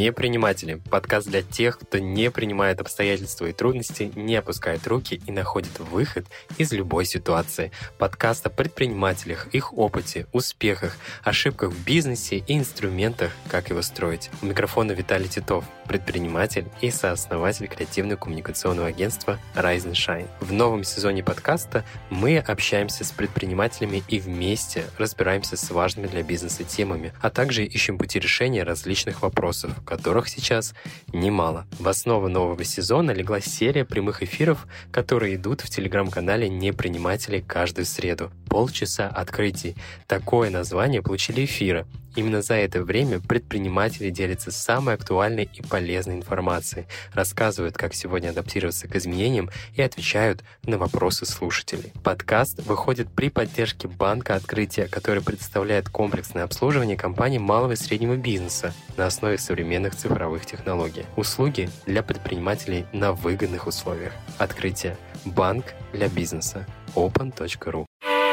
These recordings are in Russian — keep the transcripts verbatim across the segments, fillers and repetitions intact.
Неприниматели. Подкаст для тех, кто не принимает обстоятельства и трудности, не опускает руки и находит выход из любой ситуации. Подкаст о предпринимателях, их опыте, успехах, ошибках в бизнесе и инструментах, как его строить. У микрофона Виталий Титов, предприниматель и сооснователь креативно-коммуникационного агентства Rise and Shine. В новом сезоне подкаста мы общаемся с предпринимателями и вместе разбираемся с важными для бизнеса темами, а также ищем пути решения различных вопросов, которых сейчас немало. В основу нового сезона легла серия прямых эфиров, которые идут в телеграм-канале «Неприниматели» каждую среду. Полчаса открытий. Такое название получили эфиры. Именно за это время предприниматели делятся самой актуальной и полезной информацией, рассказывают, как сегодня адаптироваться к изменениям и отвечают на вопросы слушателей. Подкаст выходит при поддержке Банка Открытия, который представляет комплексное обслуживание компаний малого и среднего бизнеса на основе современных цифровых технологий. Услуги для предпринимателей на выгодных условиях. Открытие. Банк для бизнеса. open точка ру.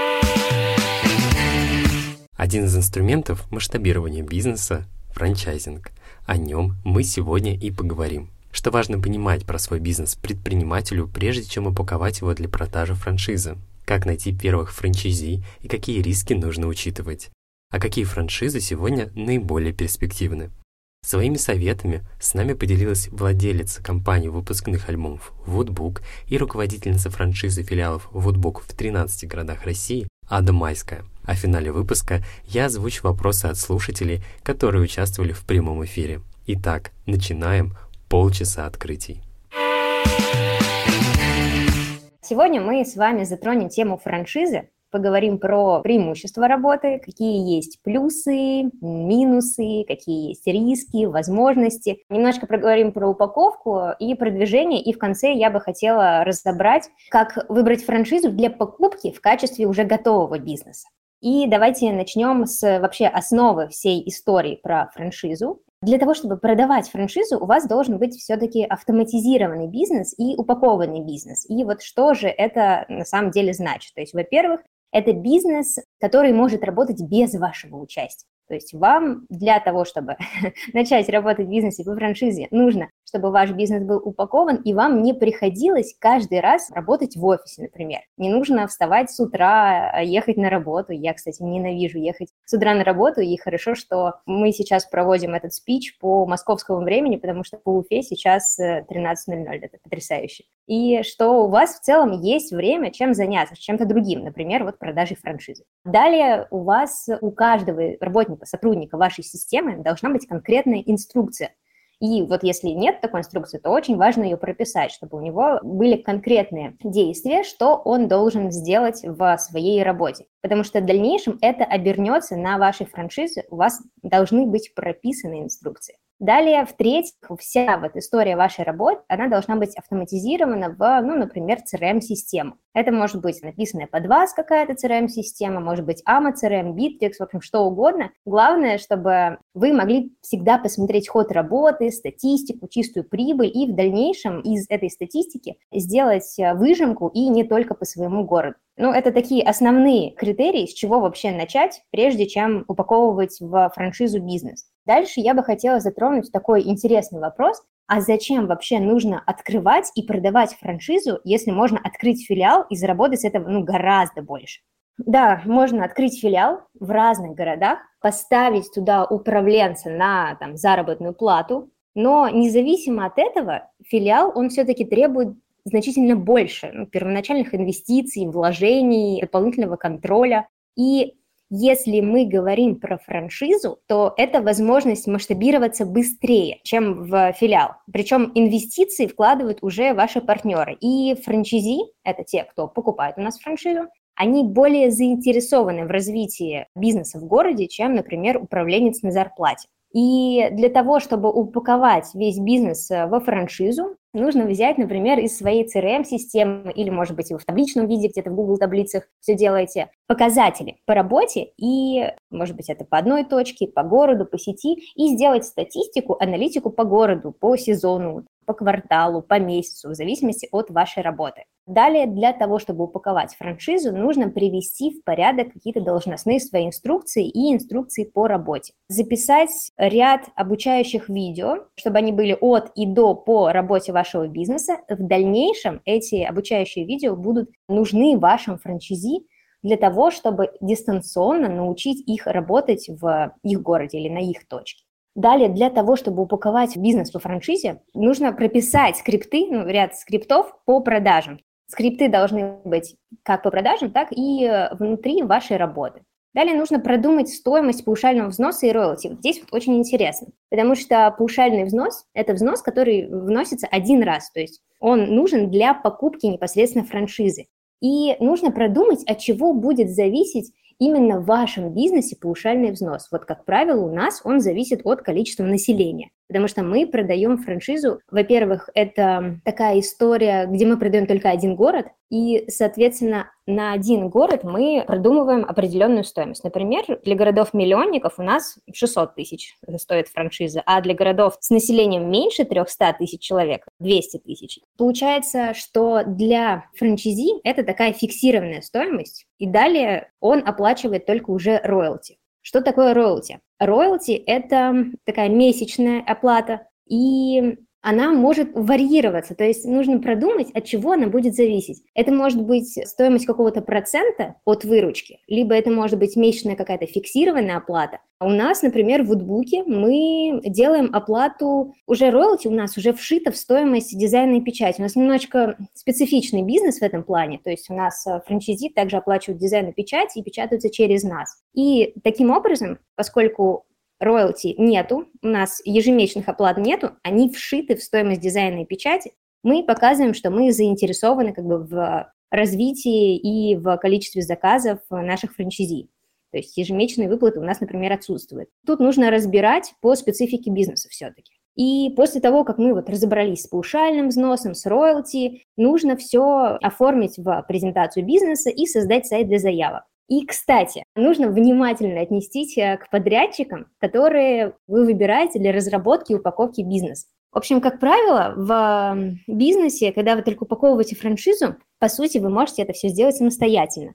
Один из инструментов масштабирования бизнеса – франчайзинг. О нем мы сегодня и поговорим. Что важно понимать про свой бизнес предпринимателю, прежде чем упаковать его для продажи франшизы? Как найти первых франчайзи и какие риски нужно учитывать? А какие франшизы сегодня наиболее перспективны? Своими советами с нами поделилась владелица компании выпускных альбомов Woodbook и руководительница франшизы филиалов Woodbook в тринадцати городах России Ада Майская. А в финале выпуска я озвучу вопросы от слушателей, которые участвовали в прямом эфире. Итак, начинаем полчаса открытий. Сегодня мы с вами затронем тему франшизы, поговорим про преимущества работы, какие есть плюсы, минусы, какие есть риски, возможности. Немножко проговорим про упаковку и продвижение, и в конце я бы хотела разобрать, как выбрать франшизу для покупки в качестве уже готового бизнеса. И давайте начнем с вообще основы всей истории про франшизу. Для того, чтобы продавать франшизу, у вас должен быть все-таки автоматизированный бизнес и упакованный бизнес. И вот что же это на самом деле значит? То есть, во-первых, это бизнес, который может работать без вашего участия. То есть вам для того, чтобы начать работать в бизнесе по франшизе, нужно, чтобы ваш бизнес был упакован, и вам не приходилось каждый раз работать в офисе, например. Не нужно вставать с утра, ехать на работу. Я, кстати, ненавижу ехать с утра на работу, и хорошо, что мы сейчас проводим этот спич по московскому времени, потому что по Уфе сейчас тринадцать ноль ноль, это потрясающе. И что у вас в целом есть время чем заняться, чем-то другим, например, вот продажей франшизы. Далее у вас, у каждого работника, сотрудника вашей системы должна быть конкретная инструкция. И вот если нет такой инструкции, то очень важно ее прописать, чтобы у него были конкретные действия, что он должен сделать в своей работе. Потому что в дальнейшем это обернется на вашей франшизе, у вас должны быть прописаны инструкции. Далее, в-третьих, вся вот история вашей работы, она должна быть автоматизирована в, ну, например, си эр эм-систему. Это может быть написанная под вас какая-то си эр эм-система, может быть эй эм эй си эр эм, Bittrex, в общем, что угодно. Главное, чтобы вы могли всегда посмотреть ход работы, статистику, чистую прибыль и в дальнейшем из этой статистики сделать выжимку и не только по своему городу. Ну, это такие основные критерии, с чего вообще начать, прежде чем упаковывать в франшизу бизнес. Дальше я бы хотела затронуть такой интересный вопрос. А зачем вообще нужно открывать и продавать франшизу, если можно открыть филиал и заработать с этого ну, гораздо больше? Да, можно открыть филиал в разных городах, поставить туда управленца на там, заработную плату, но независимо от этого филиал, он все-таки требует значительно больше ну, первоначальных инвестиций, вложений, дополнительного контроля. И если мы говорим про франшизу, то это возможность масштабироваться быстрее, чем в филиал. Причем инвестиции вкладывают уже ваши партнеры. И франчайзи, это те, кто покупает у нас франшизу, они более заинтересованы в развитии бизнеса в городе, чем, например, управленец на зарплате. И для того, чтобы упаковать весь бизнес во франшизу, нужно взять, например, из своей си эр эм-системы или, может быть, вы в табличном виде, где-то в Google таблицах все делаете, показатели по работе и, может быть, это по одной точке, по городу, по сети, и сделать статистику, аналитику по городу, по сезону, по кварталу, по месяцу, в зависимости от вашей работы. Далее, для того, чтобы упаковать франшизу, нужно привести в порядок какие-то должностные свои инструкции и инструкции по работе. Записать ряд обучающих видео, чтобы они были от и до по работе вашего бизнеса. В дальнейшем эти обучающие видео будут нужны вашим франчайзи для того, чтобы дистанционно научить их работать в их городе или на их точке. Далее, для того, чтобы упаковать бизнес по франшизе, нужно прописать скрипты, ну, ряд скриптов по продажам. Скрипты должны быть как по продажам, так и внутри вашей работы. Далее нужно продумать стоимость паушального взноса и роялти. Здесь вот очень интересно, потому что паушальный взнос – это взнос, который вносится один раз, то есть он нужен для покупки непосредственно франшизы. И нужно продумать, от чего будет зависеть именно в вашем бизнесе паушальный взнос. Вот, как правило, у нас он зависит от количества населения, потому что мы продаем франшизу. Во-первых, это такая история, где мы продаем только один город, и, соответственно, на один город мы продумываем определенную стоимость. Например, для городов-миллионников у нас шестьсот тысяч стоит франшиза, а для городов с населением меньше трехсот тысяч человек двести тысяч. Получается, что для франчайзи это такая фиксированная стоимость, и далее он оплачивает только уже роялти. Что такое роялти? Роялти – это такая месячная оплата, и она может варьироваться, то есть нужно продумать, от чего она будет зависеть. Это может быть стоимость какого-то процента от выручки, либо это может быть месячная какая-то фиксированная оплата. А у нас, например, в Woodbook мы делаем оплату, уже роялти у нас уже вшита в стоимость дизайна и печати. У нас немножечко специфичный бизнес в этом плане, то есть у нас франчайзи также оплачивают дизайн и печать и печатаются через нас. И таким образом, поскольку роялти нету, у нас ежемесячных оплат нету, они вшиты в стоимость дизайна и печати, мы показываем, что мы заинтересованы как бы в развитии и в количестве заказов наших франчайзи. То есть ежемесячные выплаты у нас, например, отсутствуют. Тут нужно разбирать по специфике бизнеса все-таки. И после того, как мы вот разобрались с паушальным взносом, с роялти, нужно все оформить в презентацию бизнеса и создать сайт для заявок. И, кстати, нужно внимательно отнестись к подрядчикам, которые вы выбираете для разработки и упаковки бизнеса. В общем, как правило, в бизнесе, когда вы только упаковываете франшизу, по сути, вы можете это все сделать самостоятельно.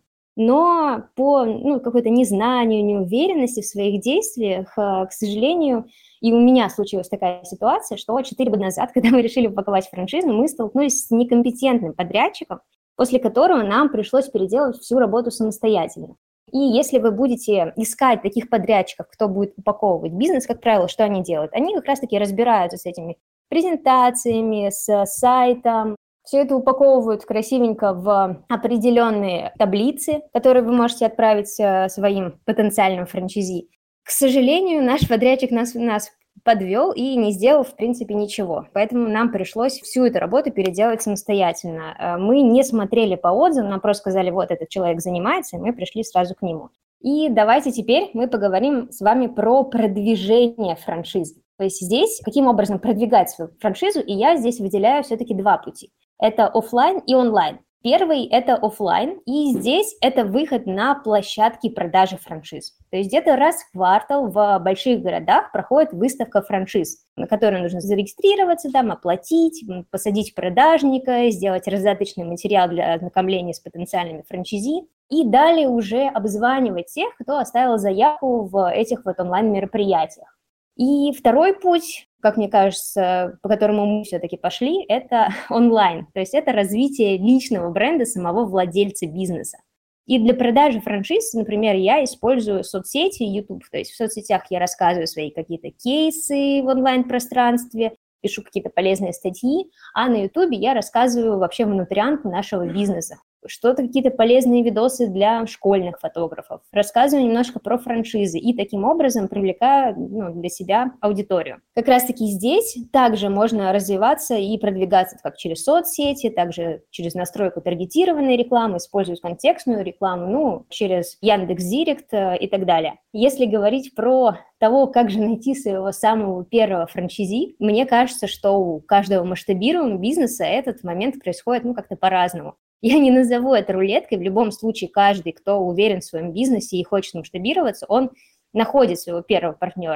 Но по ну, какой-то незнанию, неуверенности в своих действиях, к сожалению, и у меня случилась такая ситуация, что четыре года назад, когда мы решили упаковать франшизу, мы столкнулись с некомпетентным подрядчиком, после которого нам пришлось переделать всю работу самостоятельно. И если вы будете искать таких подрядчиков, кто будет упаковывать бизнес, как правило, что они делают? Они как раз-таки разбираются с этими презентациями, с сайтом, все это упаковывают красивенько в определенные таблицы, которые вы можете отправить своим потенциальным франчайзи. К сожалению, наш подрядчик нас, нас подвел и не сделал, в принципе, ничего. Поэтому нам пришлось всю эту работу переделать самостоятельно. Мы не смотрели по отзывам, нам просто сказали, вот этот человек занимается, и мы пришли сразу к нему. И давайте теперь мы поговорим с вами про продвижение франшизы. То есть здесь, каким образом продвигать свою франшизу, и я здесь выделяю все-таки два пути. Это офлайн и онлайн. Первый – это офлайн, и здесь это выход на площадки продажи франшиз. То есть где-то раз в квартал в больших городах проходит выставка франшиз, на которой нужно зарегистрироваться, там, оплатить, посадить продажника, сделать раздаточный материал для ознакомления с потенциальными франчайзи, и далее уже обзванивать тех, кто оставил заявку в этих вот онлайн-мероприятиях. И второй путь, как мне кажется, по которому мы все-таки пошли, это онлайн. То есть это развитие личного бренда самого владельца бизнеса. И для продажи франшиз, например, я использую соцсети, YouTube. То есть в соцсетях я рассказываю свои какие-то кейсы в онлайн-пространстве, пишу какие-то полезные статьи, а на YouTube я рассказываю вообще внутрянку нашего бизнеса. Что-то, какие-то полезные видосы для школьных фотографов. Рассказываю немножко про франшизы и таким образом привлекаю ну, для себя аудиторию. Как раз-таки здесь также можно развиваться и продвигаться как через соцсети, также через настройку таргетированной рекламы, использовать контекстную рекламу, ну, через Яндекс.Директ и так далее. Если говорить про того, как же найти своего самого первого франчайзи, мне кажется, что у каждого масштабируемого бизнеса этот момент происходит ну, как-то по-разному. Я не назову это рулеткой, в любом случае каждый, кто уверен в своем бизнесе и хочет масштабироваться, он находит своего первого партнера.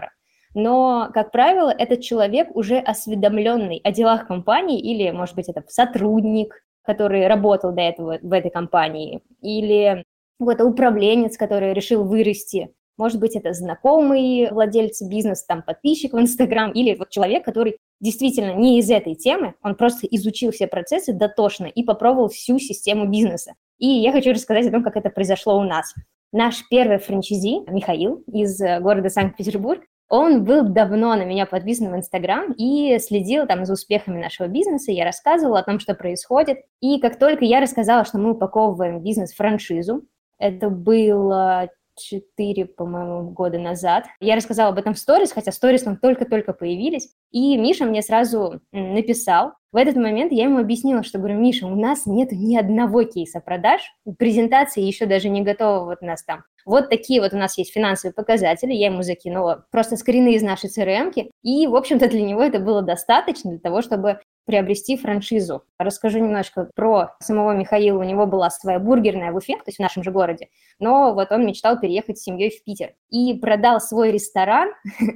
но, как правило, этот человек уже осведомленный о делах компании или, может быть, это сотрудник, который работал до этого в этой компании, или какой-то управленец, который решил вырасти. Может быть, это знакомый владелец бизнеса, там, подписчик в Инстаграм, или вот человек, который действительно не из этой темы, он просто изучил все процессы дотошно и попробовал всю систему бизнеса. И я хочу рассказать о том, как это произошло у нас. Наш первый франчайзи, Михаил, из города Санкт-Петербург, он был давно на меня подписан в Инстаграм и следил там за успехами нашего бизнеса. Я рассказывала о том, что происходит. И как только я рассказала, что мы упаковываем бизнес в франшизу, это было четыре, по-моему, года назад. Я рассказала об этом в сторис, хотя сторис там только-только появились. И Миша мне сразу написал. В этот момент я ему объяснила, что, говорю, Миша, у нас нет ни одного кейса продаж, презентации еще даже не готова вот у нас там. Вот такие вот у нас есть финансовые показатели, я ему закинула просто скрины из нашей си эр эм-ки, и, в общем-то, для него это было достаточно для того, чтобы приобрести франшизу. Расскажу немножко про самого Михаила. У него была своя бургерная в Уфе, то есть в нашем же городе, но вот он мечтал переехать с семьей в Питер и продал свой ресторан,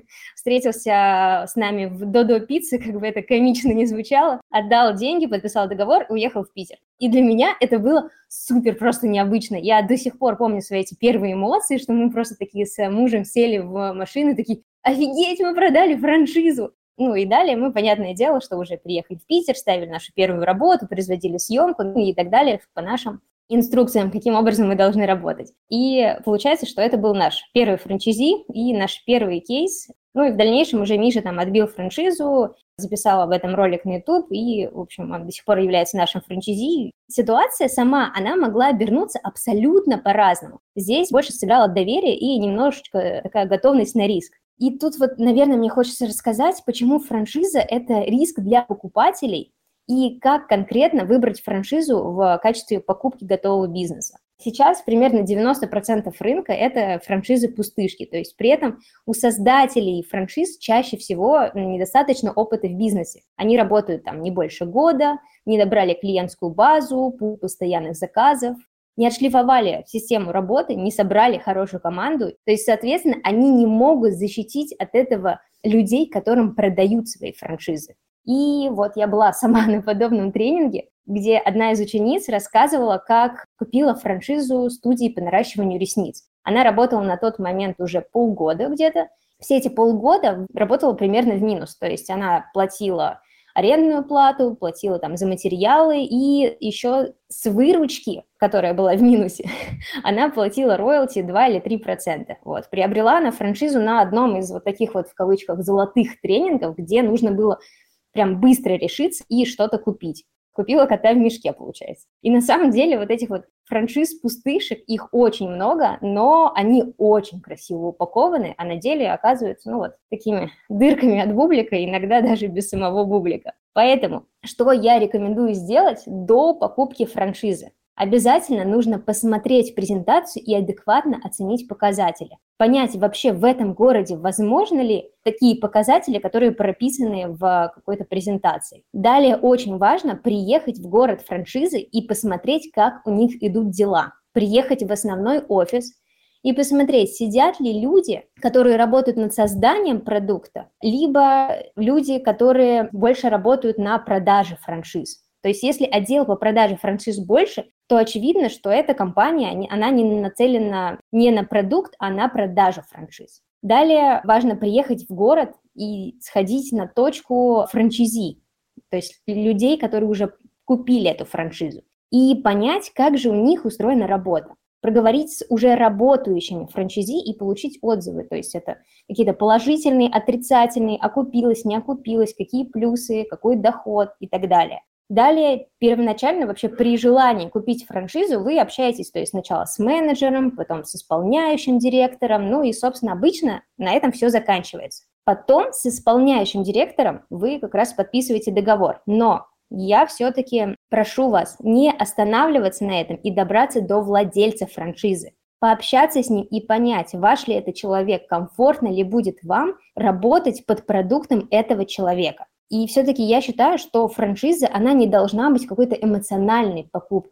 встретился с нами в Додо Пицце, как бы это комично не звучало, отдал деньги, подписал договор и уехал в Питер. И для меня это было супер просто необычно. Я до сих пор помню свои эти первые эмоции, что мы просто такие с мужем сели в машину, такие, офигеть, мы продали франшизу. Ну и далее мы, понятное дело, что уже приехали в Питер, ставили нашу первую работу, производили съемку, ну и так далее по нашим инструкциям, каким образом мы должны работать. И получается, что это был наш первый франчайзи и наш первый кейс. Ну и в дальнейшем уже Миша там отбил франшизу, записал об этом ролик на YouTube, и, в общем, он до сих пор является нашим франчайзи. Ситуация сама, она могла обернуться абсолютно по-разному. Здесь больше сыграло доверие и немножечко такая готовность на риск. И тут вот, наверное, мне хочется рассказать, почему франшиза – это риск для покупателей и как конкретно выбрать франшизу в качестве покупки готового бизнеса. Сейчас примерно девяносто процентов рынка – это франшизы-пустышки, то есть при этом у создателей франшиз чаще всего недостаточно опыта в бизнесе. Они работают там не больше года, не набрали клиентскую базу, пул постоянных заказов, не отшлифовали систему работы, не собрали хорошую команду. То есть, соответственно, они не могут защитить от этого людей, которым продают свои франшизы. И вот я была сама на подобном тренинге, где одна из учениц рассказывала, как купила франшизу студии по наращиванию ресниц. Она работала на тот момент уже полгода где-то. Все эти полгода работала примерно в минус, то есть она платила арендную плату, платила там за материалы, и еще с выручки, которая была в минусе, она платила роялти два или три процента. Вот. Приобрела она франшизу на одном из вот таких вот в кавычках золотых тренингов, где нужно было прям быстро решиться и что-то купить. Купила кота в мешке, получается. И на самом деле вот этих вот франшиз-пустышек, их очень много, но они очень красиво упакованы, а на деле оказываются, ну вот, такими дырками от бублика, иногда даже без самого бублика. Поэтому, что я рекомендую сделать до покупки франшизы? Обязательно нужно посмотреть презентацию и адекватно оценить показатели. Понять вообще в этом городе, возможно ли такие показатели, которые прописаны в какой-то презентации. Далее очень важно приехать в город франшизы и посмотреть, как у них идут дела. Приехать в основной офис и посмотреть, сидят ли люди, которые работают над созданием продукта, либо люди, которые больше работают на продаже франшиз. То есть если отдел по продаже франшиз больше, то очевидно, что эта компания, она не нацелена не на продукт, а на продажу франшиз. Далее важно приехать в город и сходить на точку франчайзи, то есть людей, которые уже купили эту франшизу, и понять, как же у них устроена работа. Проговорить с уже работающими франчайзи и получить отзывы, то есть это какие-то положительные, отрицательные, окупилось, не окупилось, какие плюсы, какой доход и так далее. Далее, первоначально вообще при желании купить франшизу вы общаетесь, то есть сначала с менеджером, потом с исполняющим директором, ну и, собственно, обычно на этом все заканчивается. Потом с исполняющим директором вы как раз подписываете договор, но я все-таки прошу вас не останавливаться на этом и добраться до владельца франшизы. Пообщаться с ним и понять, ваш ли это человек, комфортно ли будет вам работать под продуктом этого человека. И все-таки я считаю, что франшиза, она не должна быть какой-то эмоциональной покупкой.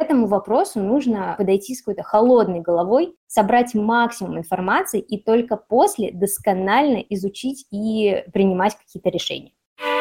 К этому вопросу нужно подойти с какой-то холодной головой, собрать максимум информации и только после досконально изучить и принимать какие-то решения.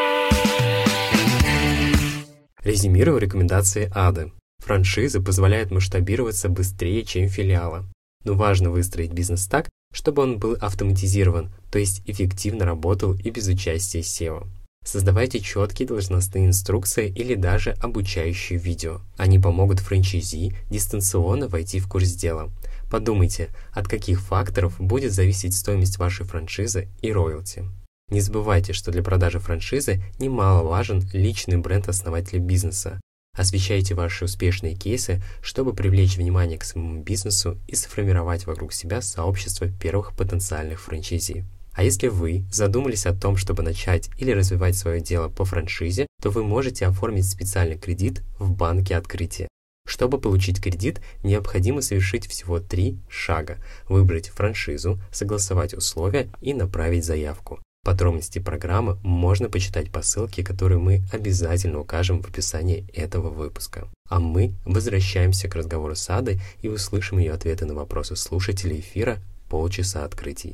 Резюмирую рекомендации Ады. Франшиза позволяет масштабироваться быстрее, чем филиалы. Но важно выстроить бизнес так, чтобы он был автоматизирован, то есть эффективно работал и без участия сео. Создавайте четкие должностные инструкции или даже обучающие видео. Они помогут франчайзи дистанционно войти в курс дела. Подумайте, от каких факторов будет зависеть стоимость вашей франшизы и роялти. Не забывайте, что для продажи франшизы немаловажен личный бренд основателя бизнеса. Освещайте ваши успешные кейсы, чтобы привлечь внимание к своему бизнесу и сформировать вокруг себя сообщество первых потенциальных франчайзи. А если вы задумались о том, чтобы начать или развивать свое дело по франшизе, то вы можете оформить специальный кредит в банке открытия. Чтобы получить кредит, необходимо совершить всего три шага: выбрать франшизу, согласовать условия и направить заявку. Подробности программы можно почитать по ссылке, которую мы обязательно укажем в описании этого выпуска. А мы возвращаемся к разговору с Адой и услышим ее ответы на вопросы слушателей эфира «Полчаса открытий».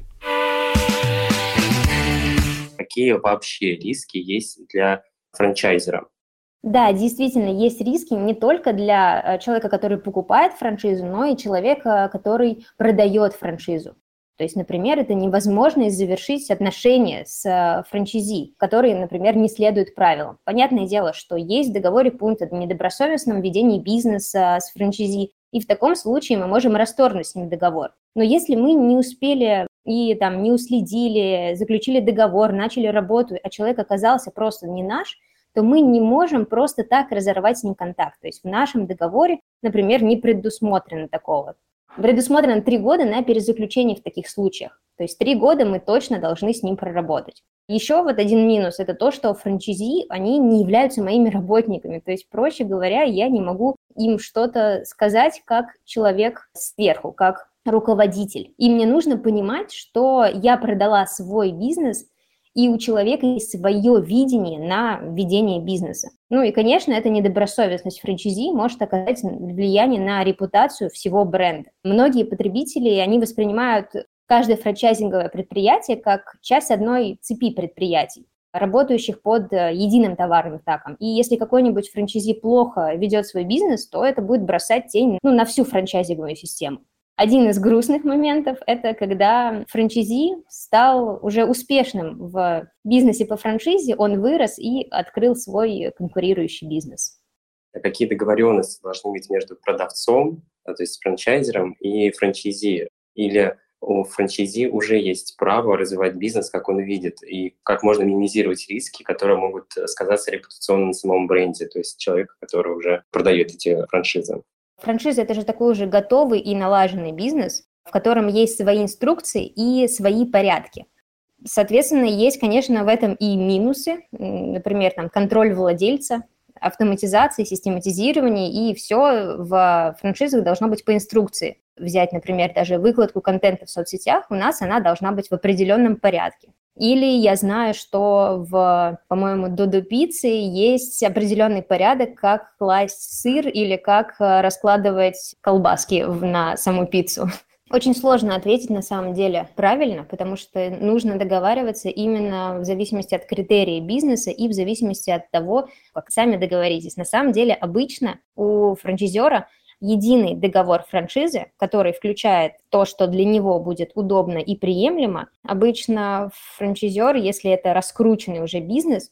Какие вообще риски есть для франчайзера? Да, действительно, есть риски не только для человека, который покупает франшизу, но и человека, который продает франшизу. То есть, например, это невозможность завершить отношения с франчайзи, которые, например, не следуют правилам. Понятное дело, что есть в договоре пункт о недобросовестном ведении бизнеса с франчайзи, и в таком случае мы можем расторгнуть с ним договор. Но если мы не успели и там не уследили, заключили договор, начали работу, а человек оказался просто не наш, то мы не можем просто так разорвать с ним контакт. То есть в нашем договоре, например, не предусмотрено такого. Предусмотрено три года на перезаключение в таких случаях. То есть три года мы точно должны с ним проработать. Еще вот один минус – это то, что франчайзи, они не являются моими работниками. То есть, проще говоря, я не могу им что-то сказать как человек сверху, как руководитель. И мне нужно понимать, что я продала свой бизнес, и у человека есть свое видение на ведение бизнеса. Ну и, конечно, эта недобросовестность франчайзи может оказать влияние на репутацию всего бренда. Многие потребители, они воспринимают каждое франчайзинговое предприятие как часть одной цепи предприятий, работающих под единым товарным стаком. И если какой-нибудь франчайзи плохо ведет свой бизнес, то это будет бросать тень, ну, на всю франчайзинговую систему. Один из грустных моментов – это когда франчайзи стал уже успешным в бизнесе по франшизе, он вырос и открыл свой конкурирующий бизнес. А какие договоренности должны быть между продавцом, то есть франчайзером, и франчайзи? Или у франчайзи уже есть право развивать бизнес, как он видит, и как можно минимизировать риски, которые могут сказаться репутационно на самом бренде, то есть человека, который уже продает эти франшизы? Франшиза – это же такой уже готовый и налаженный бизнес, в котором есть свои инструкции и свои порядки. Соответственно, есть, конечно, в этом и минусы, например, там, контроль владельца, автоматизация, систематизирование, и все в франшизах должно быть по инструкции. Взять, например, даже выкладку контента в соцсетях, у нас она должна быть в определенном порядке. Или я знаю, что в, по-моему, Додо Пицце есть определенный порядок, как класть сыр или как раскладывать колбаски на саму пиццу. Очень сложно ответить на самом деле правильно, потому что нужно договариваться именно в зависимости от критерий бизнеса и в зависимости от того, как сами договоритесь. На самом деле обычно у франчайзера единый договор франшизы, который включает то, что для него будет удобно и приемлемо. Обычно франчайзер, если это раскрученный уже бизнес,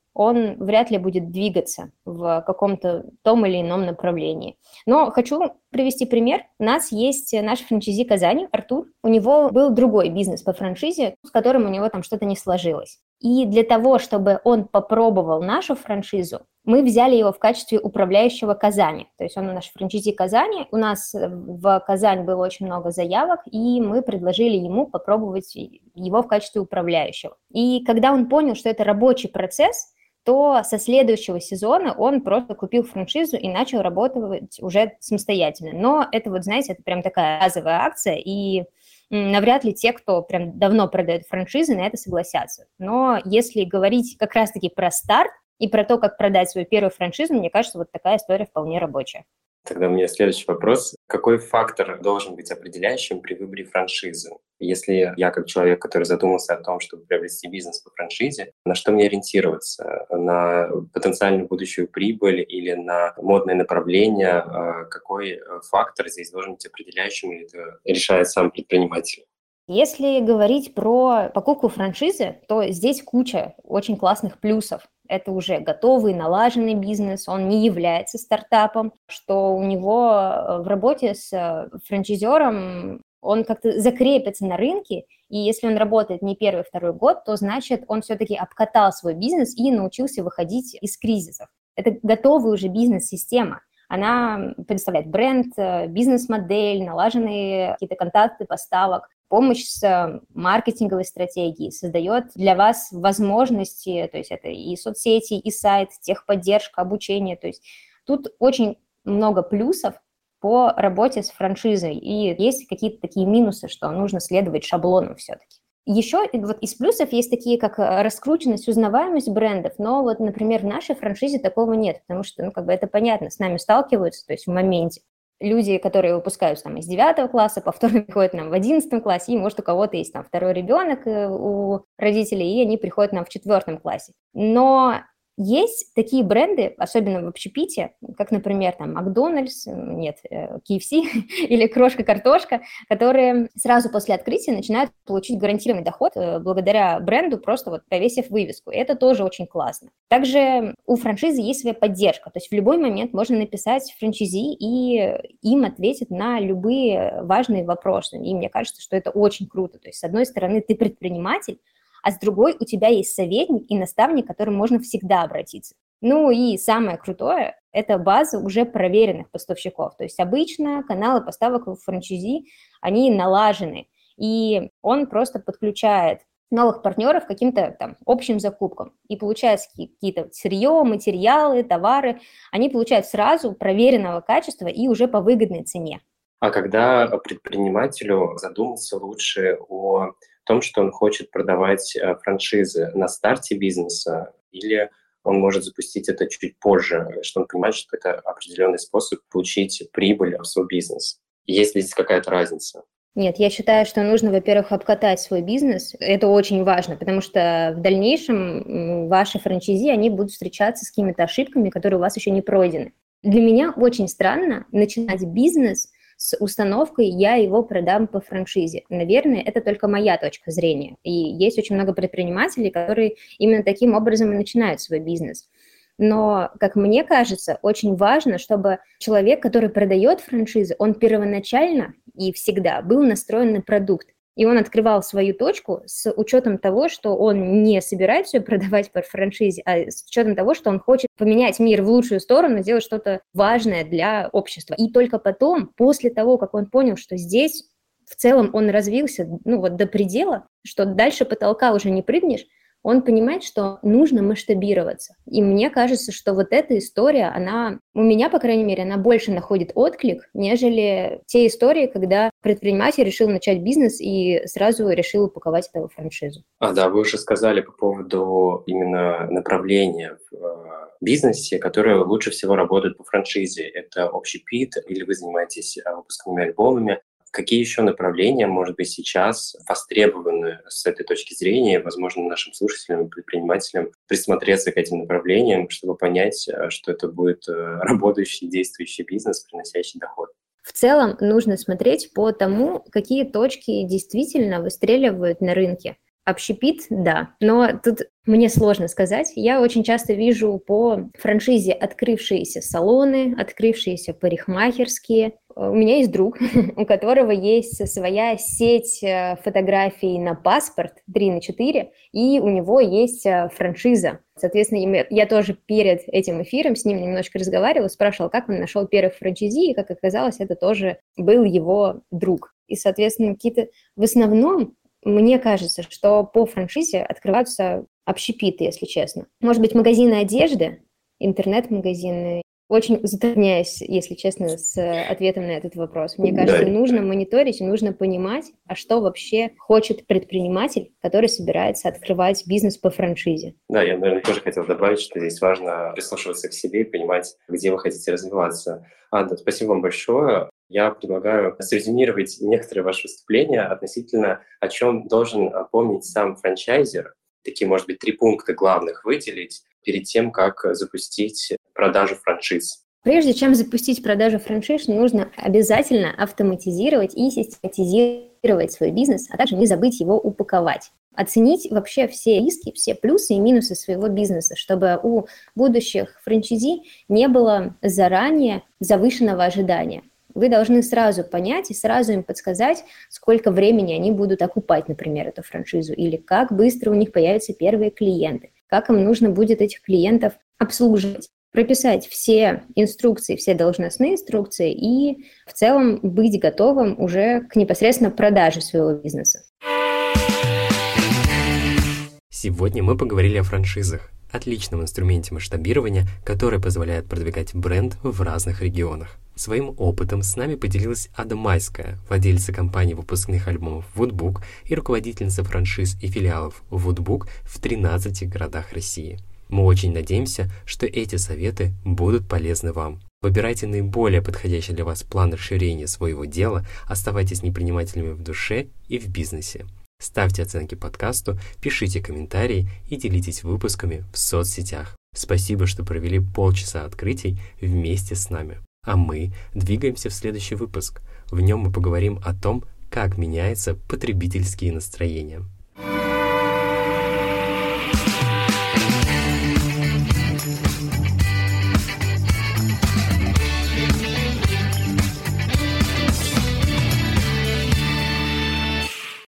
он вряд ли будет двигаться в каком-то том или ином направлении. Но хочу привести пример. У нас есть наш франчайзи Казани, Артур. У него был другой бизнес по франшизе, с которым у него там что-то не сложилось. И для того, чтобы он попробовал нашу франшизу, мы взяли его в качестве управляющего Казани. То есть он у нас франчайзи Казани. У нас в Казань было очень много заявок, и мы предложили ему попробовать его в качестве управляющего. И когда он понял, что это рабочий процесс, то со следующего сезона он просто купил франшизу и начал работать уже самостоятельно. Но это вот, знаете, это прям такая разовая акция, и навряд ли те, кто прям давно продает франшизы, на это согласятся. Но если говорить как раз-таки про старт и про то, как продать свою первую франшизу, мне кажется, вот такая история вполне рабочая. Тогда у меня следующий вопрос. Какой фактор должен быть определяющим при выборе франшизы? Если я как человек, который задумался о том, чтобы приобрести бизнес по франшизе, на что мне ориентироваться? На потенциальную будущую прибыль или на модное направление? Какой фактор здесь должен быть определяющим, или это решает сам предприниматель? Если говорить про покупку франшизы, то здесь куча очень классных плюсов. Это уже готовый, налаженный бизнес, он не является стартапом, что у него в работе с франчайзером он как-то закрепится на рынке, и если он работает не первый, второй год, то значит он все-таки обкатал свой бизнес и научился выходить из кризисов. Это готовая уже бизнес-система. Она предоставляет бренд, бизнес-модель, налаженные какие-то контакты поставок, помощь с маркетинговой стратегией, создает для вас возможности, то есть это и соцсети, и сайт, техподдержка, обучение. То есть тут очень много плюсов по работе с франшизой, и есть какие-то такие минусы, что нужно следовать шаблону все-таки. Еще вот из плюсов есть такие, как раскрученность, узнаваемость брендов, но вот, например, в нашей франшизе такого нет, потому что, ну, как бы это понятно, с нами сталкиваются, то есть в моменте. Люди, которые выпускаются там из девятого класса, повторно приходят к нам в одиннадцатом классе, и, может, у кого-то есть там второй ребенок у родителей, и они приходят к нам в четвертом классе. Но есть такие бренды, особенно в общепите, как, например, там Макдональдс, нет, кей эф си или Крошка-картошка, которые сразу после открытия начинают получить гарантированный доход благодаря бренду, просто вот повесив вывеску. И это тоже очень классно. Также у франшизы есть своя поддержка, то есть в любой момент можно написать франчайзи, и им ответят на любые важные вопросы. И мне кажется, что это очень круто. То есть, с одной стороны, ты предприниматель, а с другой у тебя есть советник и наставник, к которому можно всегда обратиться. Ну и самое крутое – это база уже проверенных поставщиков. То есть обычно каналы поставок в франчайзи, они налажены, и он просто подключает новых партнеров к каким-то там общим закупкам. И получаются какие-то сырье, материалы, товары, они получают сразу проверенного качества и уже по выгодной цене. А когда предпринимателю задуматься лучше о том, что он хочет продавать франшизы на старте бизнеса, или он может запустить это чуть позже, что он понимает, что это определенный способ получить прибыль в свой бизнес? Есть ли здесь какая-то разница? Нет, я считаю, что нужно, во-первых, обкатать свой бизнес. Это очень важно, потому что в дальнейшем ваши франчайзи, они будут встречаться с какими-то ошибками, которые у вас еще не пройдены. Для меня очень странно начинать бизнес с установкой «я его продам по франшизе». Наверное, это только моя точка зрения. И есть очень много предпринимателей, которые именно таким образом и начинают свой бизнес. Но, как мне кажется, очень важно, чтобы человек, который продает франшизы, он первоначально и всегда был настроен на продукт. И он открывал свою точку с учетом того, что он не собирается ее продавать по франшизе, а с учетом того, что он хочет поменять мир в лучшую сторону, сделать что-то важное для общества. И только потом, после того, как он понял, что здесь в целом он развился, ну вот до предела, что дальше потолка уже не прыгнешь, он понимает, что нужно масштабироваться. И мне кажется, что вот эта история, она, у меня, по крайней мере, она больше находит отклик, нежели те истории, когда предприниматель решил начать бизнес и сразу решил упаковать это во франшизу. А, да, вы уже сказали по поводу именно направления в бизнесе, которое лучше всего работает по франшизе. Это общепит, или вы занимаетесь выпускными альбомами. Какие еще направления, может быть, сейчас востребованы с этой точки зрения? Возможно, нашим слушателям и предпринимателям присмотреться к этим направлениям, чтобы понять, что это будет работающий, действующий бизнес, приносящий доход. В целом нужно смотреть по тому, какие точки действительно выстреливают на рынке. Общепит, да, но тут мне сложно сказать. Я очень часто вижу по франшизе открывшиеся салоны, открывшиеся парикмахерские. У меня есть друг, у которого есть своя сеть фотографий на паспорт три на четыре, и у него есть франшиза. Соответственно, я тоже перед этим эфиром с ним немножко разговаривала, спрашивала, как он нашел первый франчайзи, и, как оказалось, это тоже был его друг. И, соответственно, какие-то в основном, мне кажется, что по франшизе открываются общепиты, если честно. Может быть, магазины одежды, интернет-магазины. Очень затрудняюсь, если честно, с ответом на этот вопрос. Мне кажется, Да. нужно мониторить, нужно понимать, а что вообще хочет предприниматель, который собирается открывать бизнес по франшизе. Да, я, наверное, тоже хотел добавить, что здесь важно прислушиваться к себе и понимать, где вы хотите развиваться. Ада, спасибо вам большое. Я предлагаю срезюмировать некоторые ваши выступления относительно, о чем должен помнить сам франчайзер. Такие, может быть, три пункта главных выделить перед тем, как запустить продажу франшиз. Прежде чем запустить продажу франшиз, нужно обязательно автоматизировать и систематизировать свой бизнес, а также не забыть его упаковать. Оценить вообще все риски, все плюсы и минусы своего бизнеса, чтобы у будущих франчайзи не было заранее завышенного ожидания. Вы должны сразу понять и сразу им подсказать, сколько времени они будут окупать, например, эту франшизу, или как быстро у них появятся первые клиенты, как им нужно будет этих клиентов обслуживать. Прописать все инструкции, все должностные инструкции и в целом быть готовым уже к непосредственно продаже своего бизнеса. Сегодня мы поговорили о франшизах, отличном инструменте масштабирования, который позволяет продвигать бренд в разных регионах. Своим опытом с нами поделилась Ада Майская, владельца компании выпускных альбомов Woodbook и руководительница франшиз и филиалов Woodbook в тринадцати городах России. Мы очень надеемся, что эти советы будут полезны вам. Выбирайте наиболее подходящий для вас план расширения своего дела, оставайтесь предпринимателями в душе и в бизнесе. Ставьте оценки подкасту, пишите комментарии и делитесь выпусками в соцсетях. Спасибо, что провели полчаса открытий вместе с нами. А мы двигаемся в следующий выпуск. В нем мы поговорим о том, как меняются потребительские настроения.